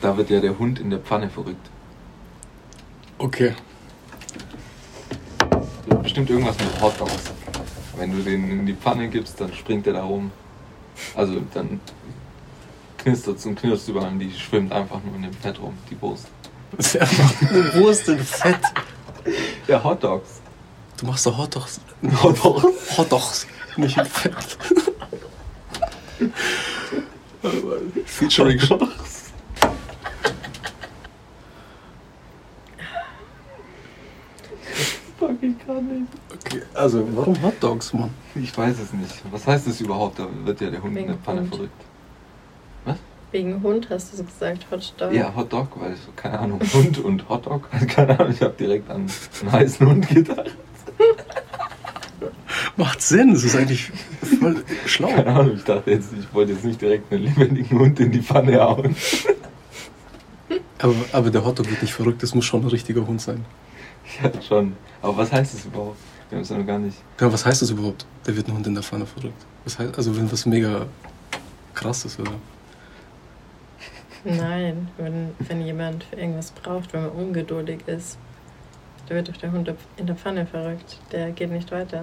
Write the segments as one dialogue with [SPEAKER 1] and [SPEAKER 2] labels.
[SPEAKER 1] da wird ja der Hund in der Pfanne verrückt.
[SPEAKER 2] Okay.
[SPEAKER 1] Bestimmt irgendwas mit Hotdogs. Wenn du den in die Pfanne gibst, dann springt er da rum. Also dann knistert und knirst überall und die schwimmt einfach nur in dem Fett rum, die Wurst.
[SPEAKER 2] Das ist einfach eine Wurst in Fett.
[SPEAKER 1] Ja, Hotdogs.
[SPEAKER 2] Du machst doch Hotdogs.
[SPEAKER 1] Hotdogs?
[SPEAKER 2] Hotdogs, nicht in Fett. Featuring
[SPEAKER 1] Hotdogs. Fuck, ich kann nicht.
[SPEAKER 2] Okay, also warum Hotdogs, Mann?
[SPEAKER 1] Ich weiß es nicht. Was heißt das überhaupt? Da wird ja der Hund in der Pfanne
[SPEAKER 3] Hund.
[SPEAKER 1] verrückt.
[SPEAKER 3] Wegen Hund hast du so gesagt, Hotdog.
[SPEAKER 1] Ja, Hotdog, weil so, keine Ahnung, Hund und Hotdog. Keine Ahnung, ich habe direkt an einen heißen Hund gedacht.
[SPEAKER 2] Macht Sinn, das ist eigentlich voll schlau.
[SPEAKER 1] Keine Ahnung, ich dachte jetzt, ich wollte jetzt nicht direkt einen lebendigen Hund in die Pfanne hauen.
[SPEAKER 2] Aber der Hotdog wird nicht verrückt, das muss schon ein richtiger Hund sein.
[SPEAKER 1] Ja, schon. Aber was heißt das überhaupt? Wir haben es ja noch gar nicht.
[SPEAKER 2] Ja, was heißt das überhaupt? Der wird ein Hund in der Pfanne verrückt. Was heißt, also wenn was mega krasses oder?
[SPEAKER 3] Nein, wenn jemand für irgendwas braucht, wenn man ungeduldig ist, da wird doch der Hund in der Pfanne verrückt. Der geht nicht weiter.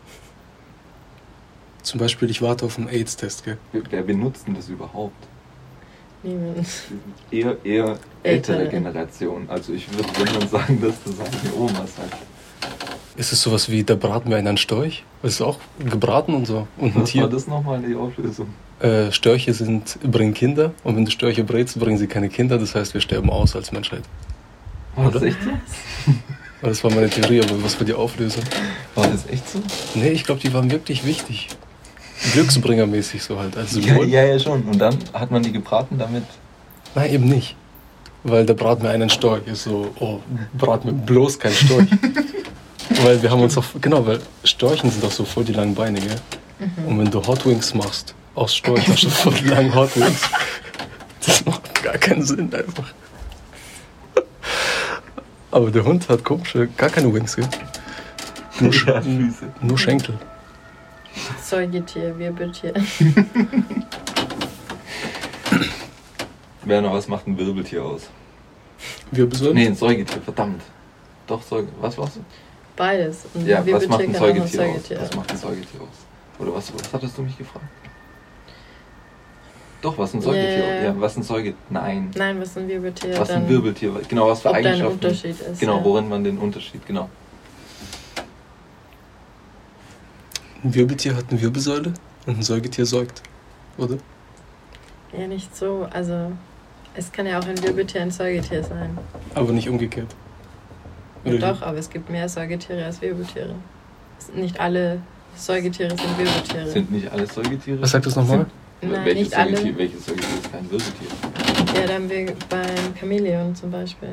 [SPEAKER 2] Zum Beispiel, ich warte auf einen AIDS-Test, gell?
[SPEAKER 1] Wer benutzt denn das überhaupt?
[SPEAKER 3] Niemand.
[SPEAKER 1] Eher ältere Generation. Also ich würde dann sagen, dass das eine Oma sagt.
[SPEAKER 2] Ist es sowas wie, da braten wir einen Storch? Das ist auch gebraten und so. Und ein
[SPEAKER 1] Was
[SPEAKER 2] Tier.
[SPEAKER 1] war das nochmal, die Auflösung?
[SPEAKER 2] Störche bringen Kinder und wenn du Störche brätst, bringen sie keine Kinder, das heißt, wir sterben aus als Menschheit.
[SPEAKER 1] War das
[SPEAKER 2] Oder?
[SPEAKER 1] echt so?
[SPEAKER 2] Das war meine Theorie, aber was war die Auflösung?
[SPEAKER 1] War das echt so?
[SPEAKER 2] Nee, ich glaube, die waren wirklich wichtig. Glücksbringermäßig so halt, als
[SPEAKER 1] Ja,
[SPEAKER 2] Symbol.
[SPEAKER 1] ja, schon. Und dann hat man die gebraten damit.
[SPEAKER 2] Nein, eben nicht. Weil da braten wir einen Storch. Ist so, oh, braten wir bloß keinen Storch. Weil wir haben uns auf, genau, weil Storchen sind doch so voll die langen Beine, gell? Und wenn du Hot Wings machst, aus Storch hast du voll die langen Hot Wings. Das macht gar keinen Sinn einfach. Aber der Hund hat komische, gar keine Wings, gell? Nur,
[SPEAKER 1] Ja, Füße.
[SPEAKER 2] nur Schenkel.
[SPEAKER 3] Säugetier, Wirbeltier.
[SPEAKER 1] Werner, was macht ein Wirbeltier aus?
[SPEAKER 2] Wirbelsäule?
[SPEAKER 1] Nee, ein Säugetier, verdammt. Doch, was war's?
[SPEAKER 3] Beides. Und
[SPEAKER 1] Ja, was macht
[SPEAKER 3] Wirbeltier
[SPEAKER 1] ein
[SPEAKER 3] kann auch
[SPEAKER 1] Säugetier aus?
[SPEAKER 3] Säugetier.
[SPEAKER 1] Was macht ein Säugetier aus? Oder was hattest du mich gefragt? Doch, was ein Säugetier?
[SPEAKER 3] Ja.
[SPEAKER 1] Ja, was ein Säugetier? Nein.
[SPEAKER 3] Nein, was ein Wirbeltier?
[SPEAKER 1] Was ein
[SPEAKER 3] dann,
[SPEAKER 1] Wirbeltier? Genau, was für
[SPEAKER 3] ob da ein
[SPEAKER 1] Eigenschaften?
[SPEAKER 3] Unterschied ist.
[SPEAKER 1] Genau,
[SPEAKER 3] ja.
[SPEAKER 1] worin man den Unterschied, genau.
[SPEAKER 2] Ein Wirbeltier hat eine Wirbelsäule und ein Säugetier säugt, oder?
[SPEAKER 3] Ja, nicht so. Also, es kann ja auch ein Wirbeltier ein Säugetier sein.
[SPEAKER 2] Aber nicht umgekehrt.
[SPEAKER 3] Ja,
[SPEAKER 2] Oder
[SPEAKER 3] doch, aber es gibt mehr Säugetiere als Wirbeltiere. Nicht alle Säugetiere sind Wirbeltiere.
[SPEAKER 1] Sind nicht alle Säugetiere?
[SPEAKER 2] Was sagt das nochmal?
[SPEAKER 3] Nein,
[SPEAKER 1] welches
[SPEAKER 3] nicht alle.
[SPEAKER 1] Säugetier, welches Säugetier ist kein Wirbeltier?
[SPEAKER 3] Ja, dann wir beim Chamäleon zum Beispiel.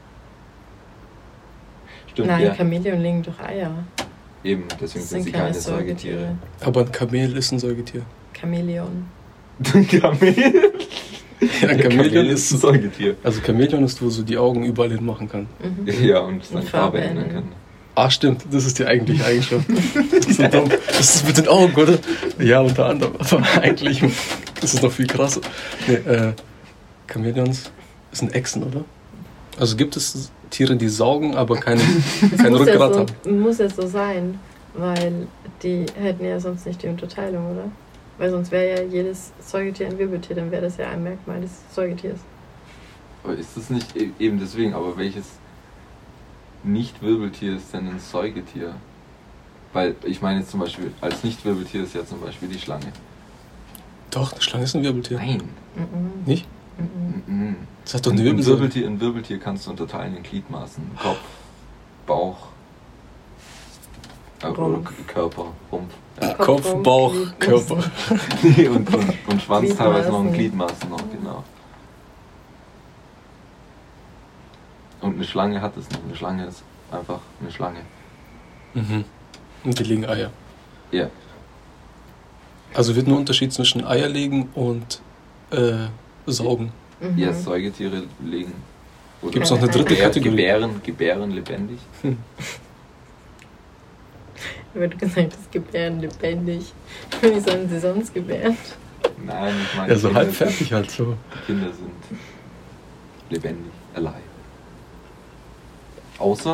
[SPEAKER 1] Stimmt,
[SPEAKER 3] Nein,
[SPEAKER 1] ja.
[SPEAKER 3] Chamäleon legen doch Eier.
[SPEAKER 1] Eben, deswegen
[SPEAKER 3] Das
[SPEAKER 1] sind sie keine Säugetiere.
[SPEAKER 2] Aber ein Kamel ist ein Säugetier.
[SPEAKER 3] Chamäleon.
[SPEAKER 1] Kamel?
[SPEAKER 2] Ja, ein Chamäleon ist
[SPEAKER 1] ein Säugetier.
[SPEAKER 2] Also Chamäleon ist, wo so die Augen überall hin machen kann.
[SPEAKER 3] Mhm.
[SPEAKER 1] Ja, und seine
[SPEAKER 3] Und
[SPEAKER 1] Farbe
[SPEAKER 3] Farbe
[SPEAKER 1] ändern
[SPEAKER 3] ändern.
[SPEAKER 1] kann.
[SPEAKER 2] Ah, stimmt, das ist die eigentliche Eigenschaft. Das ist so dumm. Das ist mit den Augen, oder? Ja, unter anderem. Aber eigentlich ist es noch viel krasser. Nee, Chamäleons sind Echsen, oder? Also gibt es Tiere, die saugen, aber kein Rückgrat haben.
[SPEAKER 3] Muss ja so sein, weil die hätten ja sonst nicht die Unterteilung, oder? Weil sonst wäre ja jedes Säugetier ein Wirbeltier, dann wäre das ja ein Merkmal des Säugetiers.
[SPEAKER 1] Aber ist das nicht eben deswegen, aber welches Nicht-Wirbeltier ist denn ein Säugetier? Weil ich meine jetzt zum Beispiel, als Nicht-Wirbeltier ist ja zum Beispiel die Schlange.
[SPEAKER 2] Doch, eine Schlange ist ein Wirbeltier.
[SPEAKER 1] Nein.
[SPEAKER 3] Mhm.
[SPEAKER 2] Nicht?
[SPEAKER 3] Mhm.
[SPEAKER 1] Mhm.
[SPEAKER 2] Das hat doch eine Wirbelsäule.
[SPEAKER 1] Ein Wirbeltier kannst du unterteilen in Gliedmaßen. Kopf, Bauch,
[SPEAKER 3] Rumpf.
[SPEAKER 1] Körper, Rumpf. Ja.
[SPEAKER 2] Kopf, Bauch, Körper.
[SPEAKER 1] Nee, und Schwanz teilweise noch ein
[SPEAKER 3] Gliedmaßen.
[SPEAKER 1] Gliedmaßen noch, genau. Und eine Schlange hat es nicht. Eine Schlange ist einfach eine Schlange.
[SPEAKER 2] Mhm. Und die legen Eier.
[SPEAKER 1] Ja.
[SPEAKER 2] Also wird nur ein Unterschied zwischen Eierlegen und Saugen.
[SPEAKER 3] Mhm.
[SPEAKER 1] Ja, Säugetiere legen. Oder
[SPEAKER 2] Gibt's noch eine dritte Kategorie?
[SPEAKER 1] Gebären lebendig.
[SPEAKER 3] Da wird gesagt, das Gebären lebendig. Wie sollen sie sonst gebären?
[SPEAKER 1] Nein, ich meine.
[SPEAKER 2] Ja, so
[SPEAKER 1] Kinder
[SPEAKER 2] halb fertig halt so.
[SPEAKER 1] sind- Kinder sind lebendig, alive. Außer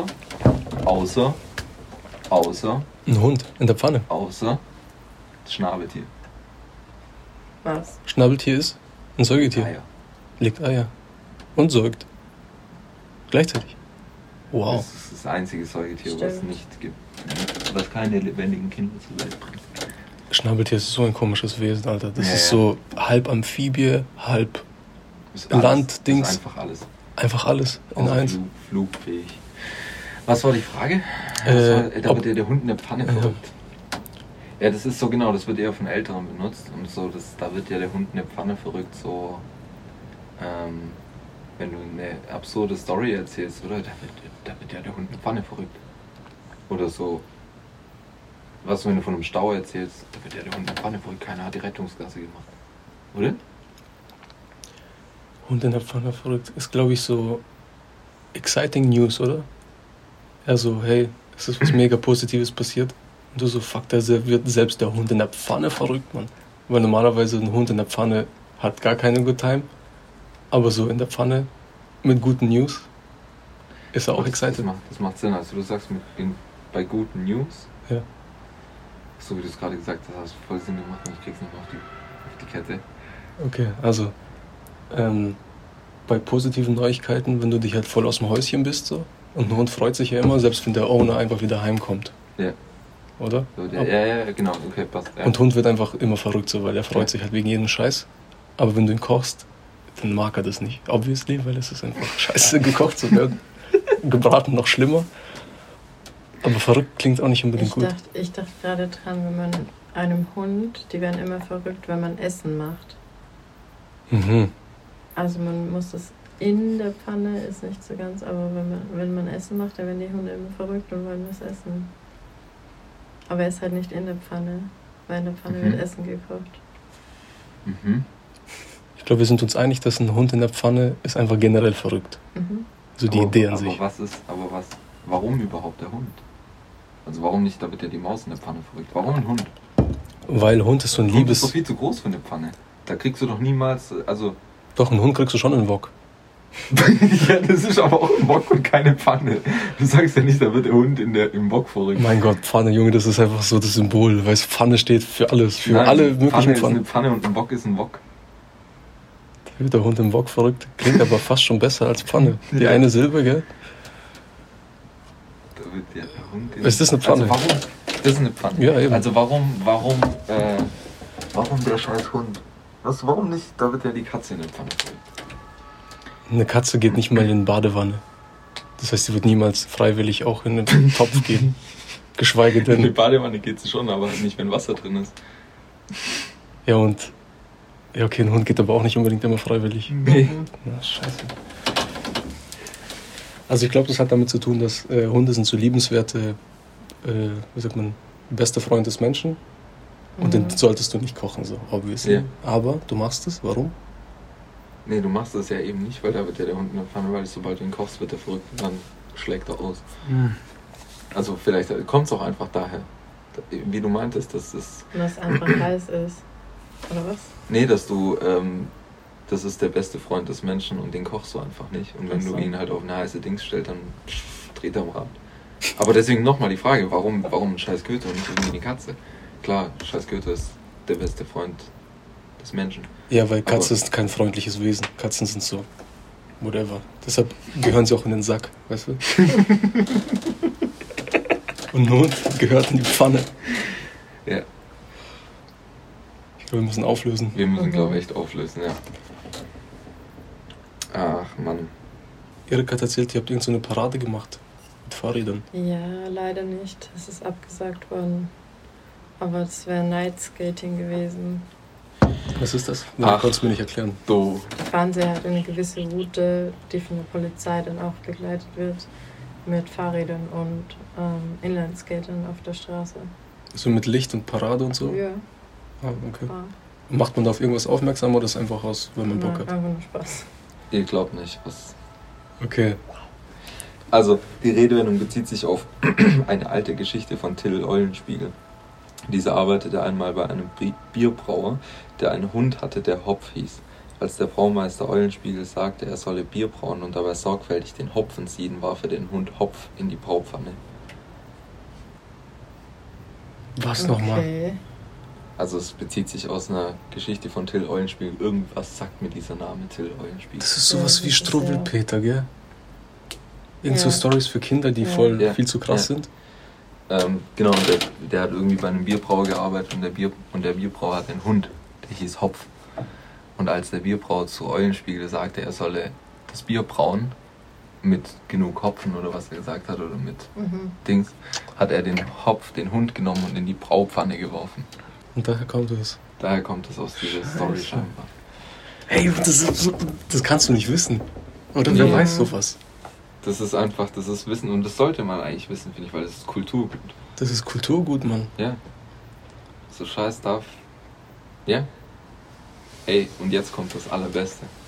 [SPEAKER 2] Ein Hund in der Pfanne.
[SPEAKER 1] das Schnabeltier.
[SPEAKER 3] Was?
[SPEAKER 2] Schnabeltier ist ein Säugetier.
[SPEAKER 1] Eier.
[SPEAKER 2] Legt Eier. Und säugt. Gleichzeitig. Wow.
[SPEAKER 1] Das ist das einzige Säugetier, was es
[SPEAKER 3] Stimmt.
[SPEAKER 1] nicht gibt. Was keine lebendigen Kinder zur Welt bringt.
[SPEAKER 2] Schnabeltier ist so ein komisches Wesen, Alter. Das
[SPEAKER 1] Ja,
[SPEAKER 2] ist
[SPEAKER 1] ja.
[SPEAKER 2] so halb Amphibie, halb
[SPEAKER 1] Ist
[SPEAKER 2] Landdings.
[SPEAKER 1] Ist einfach alles.
[SPEAKER 2] einfach alles in
[SPEAKER 1] Außer
[SPEAKER 2] eins.
[SPEAKER 1] Flugfähig. Was war die Frage? Da
[SPEAKER 2] ob-
[SPEAKER 1] wird der Hund in der Pfanne
[SPEAKER 2] Ja.
[SPEAKER 1] verrückt. Ja, das ist so genau, das wird eher von Älteren benutzt. Und so, da wird ja der Hund in der Pfanne verrückt, so wenn du eine absurde Story erzählst, oder? Da wird ja der Hund in der Pfanne verrückt. Oder so, was wenn du von einem Stau erzählst, da wird ja der Hund in der Pfanne verrückt, keiner hat die Rettungsgasse gemacht. Oder?
[SPEAKER 2] Hund in der Pfanne verrückt. Ist, glaube ich, so exciting News, oder? Also, hey, es ist was mega Positives passiert. Und du so, fuck, da wird selbst der Hund in der Pfanne verrückt, Mann. Weil normalerweise ein Hund in der Pfanne hat gar keine Good Time. Aber so in der Pfanne mit guten News ist er auch excited.
[SPEAKER 1] Das macht Sinn. Also du sagst bei guten News,
[SPEAKER 2] Ja.
[SPEAKER 1] so wie du es gerade gesagt hast, hast du voll Sinn gemacht und ich krieg's nicht mehr auf die Kette.
[SPEAKER 2] Okay, also bei positiven Neuigkeiten, wenn du dich halt voll aus dem Häuschen bist so, und ein Hund freut sich ja immer, selbst wenn der Owner einfach wieder heimkommt.
[SPEAKER 1] Ja.
[SPEAKER 2] Oder?
[SPEAKER 1] So, ja, genau, okay, passt. Ja.
[SPEAKER 2] Und Hund wird einfach immer verrückt so, weil er freut
[SPEAKER 1] Ja.
[SPEAKER 2] sich halt wegen jedem Scheiß. Aber wenn du ihn kochst, dann mag er das nicht. Obviously, weil es ist einfach scheiße gekocht zu werden. Gebraten noch schlimmer. Aber verrückt klingt auch nicht unbedingt gut.
[SPEAKER 3] Ich dachte gerade dran, wenn man einem Hund, die werden immer verrückt, wenn man Essen macht.
[SPEAKER 2] Mhm.
[SPEAKER 3] Also man muss das in der Pfanne, ist nicht so ganz, aber wenn man Essen macht, dann werden die Hunde immer verrückt und wollen was essen. Aber er ist halt nicht in der Pfanne, weil in der Pfanne wird Essen gekocht.
[SPEAKER 1] Mhm.
[SPEAKER 2] Ich glaube, wir sind uns einig, dass ein Hund in der Pfanne ist einfach generell verrückt.
[SPEAKER 3] Mhm.
[SPEAKER 2] So die Idee an sich.
[SPEAKER 1] Warum überhaupt der Hund? Also warum nicht, da wird ja die Maus in der Pfanne verrückt. Warum ein Hund?
[SPEAKER 2] Weil Hund ist so ein
[SPEAKER 1] Hund ist doch
[SPEAKER 2] Liebes...
[SPEAKER 1] viel zu groß für eine Pfanne. Da kriegst du doch niemals, also...
[SPEAKER 2] Doch, einen Hund kriegst du schon in den Wok.
[SPEAKER 1] Ja, das ist aber auch ein Wok und keine Pfanne. Du sagst ja nicht, da wird der Hund im Wok verrückt.
[SPEAKER 2] Mein Gott, Pfanne, Junge, das ist einfach so das Symbol. Weil Pfanne steht für alles, für
[SPEAKER 1] Nein,
[SPEAKER 2] alle
[SPEAKER 1] Pfanne
[SPEAKER 2] möglichen
[SPEAKER 1] ist
[SPEAKER 2] Pfannen.
[SPEAKER 1] eine Pfanne und ein Wok ist ein Wok.
[SPEAKER 2] Da wird der Hund im Wok verrückt. Klingt aber fast schon besser als Pfanne. Die
[SPEAKER 1] Ja.
[SPEAKER 2] eine Silbe, gell?
[SPEAKER 1] Da wird der Hund
[SPEAKER 2] Ist das eine Pfanne?
[SPEAKER 1] Also warum? Das ist eine Pfanne.
[SPEAKER 2] Ja, eben.
[SPEAKER 1] Also warum der scheiß Hund? Warum nicht? Da wird ja die Katze in der Pfanne verrückt.
[SPEAKER 2] Eine Katze geht nicht mal in eine Badewanne. Das heißt, sie wird niemals freiwillig auch in einen Topf gehen. Geschweige
[SPEAKER 1] In die
[SPEAKER 2] denn...
[SPEAKER 1] Badewanne geht sie schon, aber halt nicht, wenn Wasser drin ist.
[SPEAKER 2] Ja, und... Ja, okay, ein Hund geht aber auch nicht unbedingt immer freiwillig.
[SPEAKER 1] Nee.
[SPEAKER 2] Na, scheiße. Also ich glaube, das hat damit zu tun, dass Hunde sind so liebenswerte, wie sagt man, bester Freund des Menschen. Und den solltest du nicht kochen, so, obviously.
[SPEAKER 1] Ja.
[SPEAKER 2] Aber du machst es, warum?
[SPEAKER 1] Nee, du machst das ja eben nicht, weil da wird ja der Hund in der Pfanne, weil sobald du ihn kochst, wird er verrückt und dann schlägt er aus. Also vielleicht kommt es auch einfach daher. Wie du meintest, dass das...
[SPEAKER 3] Was einfach heiß ist. Oder was?
[SPEAKER 1] Nee, dass du... das ist der beste Freund des Menschen und den kochst du einfach nicht. Und wenn
[SPEAKER 3] Ach so.
[SPEAKER 1] du ihn halt auf eine heiße Dings stellst, dann dreht er am Rad. Aber deswegen nochmal die Frage, warum ein scheiß Goethe und nicht irgendwie eine Katze? Klar, scheiß Goethe ist der beste Freund des Menschen.
[SPEAKER 2] Ja, weil Katze
[SPEAKER 1] Aber-
[SPEAKER 2] ist kein freundliches Wesen. Katzen sind so, whatever. Deshalb gehören sie auch in den Sack, weißt du? Und ein Hund gehört in die Pfanne.
[SPEAKER 1] Ja,
[SPEAKER 2] Ich glaube, wir müssen auflösen.
[SPEAKER 1] wir müssen, glaube ich, echt auflösen, ja. Ach, Mann.
[SPEAKER 2] Erik hat erzählt, ihr habt irgend so eine Parade gemacht. Mit Fahrrädern.
[SPEAKER 3] Ja, leider nicht. Es ist abgesagt worden. Aber es wäre Night Skating gewesen.
[SPEAKER 2] Was ist das?
[SPEAKER 1] Ach.
[SPEAKER 2] Kannst du mir nicht erklären.
[SPEAKER 1] Du.
[SPEAKER 3] Fahren sie halt eine gewisse Route, die von der Polizei dann auch begleitet wird. Mit Fahrrädern und Inlineskatern auf der Straße.
[SPEAKER 2] So mit Licht und Parade und so?
[SPEAKER 3] Ja,
[SPEAKER 2] Ah, okay.
[SPEAKER 3] war.
[SPEAKER 2] Macht man da auf irgendwas aufmerksam oder ist einfach aus, wenn man Bock
[SPEAKER 3] Nein,
[SPEAKER 2] hat?
[SPEAKER 3] einfach nur Spaß.
[SPEAKER 1] Ihr glaubt nicht, was...
[SPEAKER 2] Okay.
[SPEAKER 1] Also, die Redewendung bezieht sich auf eine alte Geschichte von Till Eulenspiegel. Dieser arbeitete einmal bei einem Bierbrauer, der einen Hund hatte, der Hopf hieß. Als der Braumeister Eulenspiegel sagte, er solle Bier brauen und dabei sorgfältig den Hopfen sieden, warf er den Hund Hopf in die Braupfanne.
[SPEAKER 2] Was nochmal?
[SPEAKER 3] Okay.
[SPEAKER 1] Also es bezieht sich aus einer Geschichte von Till Eulenspiegel. Irgendwas sagt mir dieser Name Till Eulenspiegel.
[SPEAKER 2] Das ist sowas
[SPEAKER 3] Ja,
[SPEAKER 2] wie
[SPEAKER 3] das ist
[SPEAKER 2] Struwwelpeter, gell? Irgend so
[SPEAKER 3] Ja.
[SPEAKER 2] Stories für Kinder, die
[SPEAKER 3] Ja.
[SPEAKER 2] voll
[SPEAKER 1] Ja.
[SPEAKER 2] viel zu krass sind.
[SPEAKER 1] Genau, und der hat irgendwie bei einem Bierbrauer gearbeitet und der Bierbrauer hat einen Hund, der hieß Hopf. Und als der Bierbrauer zu Eulenspiegel sagte, er solle das Bier brauen mit genug Hopfen oder was er gesagt hat oder mit Dings, hat er den Hopf, den Hund genommen und in die Braupfanne geworfen.
[SPEAKER 2] Und daher kommt es.
[SPEAKER 1] Daher kommt es aus dieser Story scheinbar.
[SPEAKER 2] Hey, das kannst du nicht wissen. Oder wer
[SPEAKER 1] Nee.
[SPEAKER 2] weiß sowas?
[SPEAKER 1] Das ist Wissen und das sollte man eigentlich wissen, finde ich, weil das ist Kulturgut.
[SPEAKER 2] Das ist Kulturgut, Mann.
[SPEAKER 1] Ja. So Scheiß darf. Ja. Ey, und jetzt kommt das Allerbeste.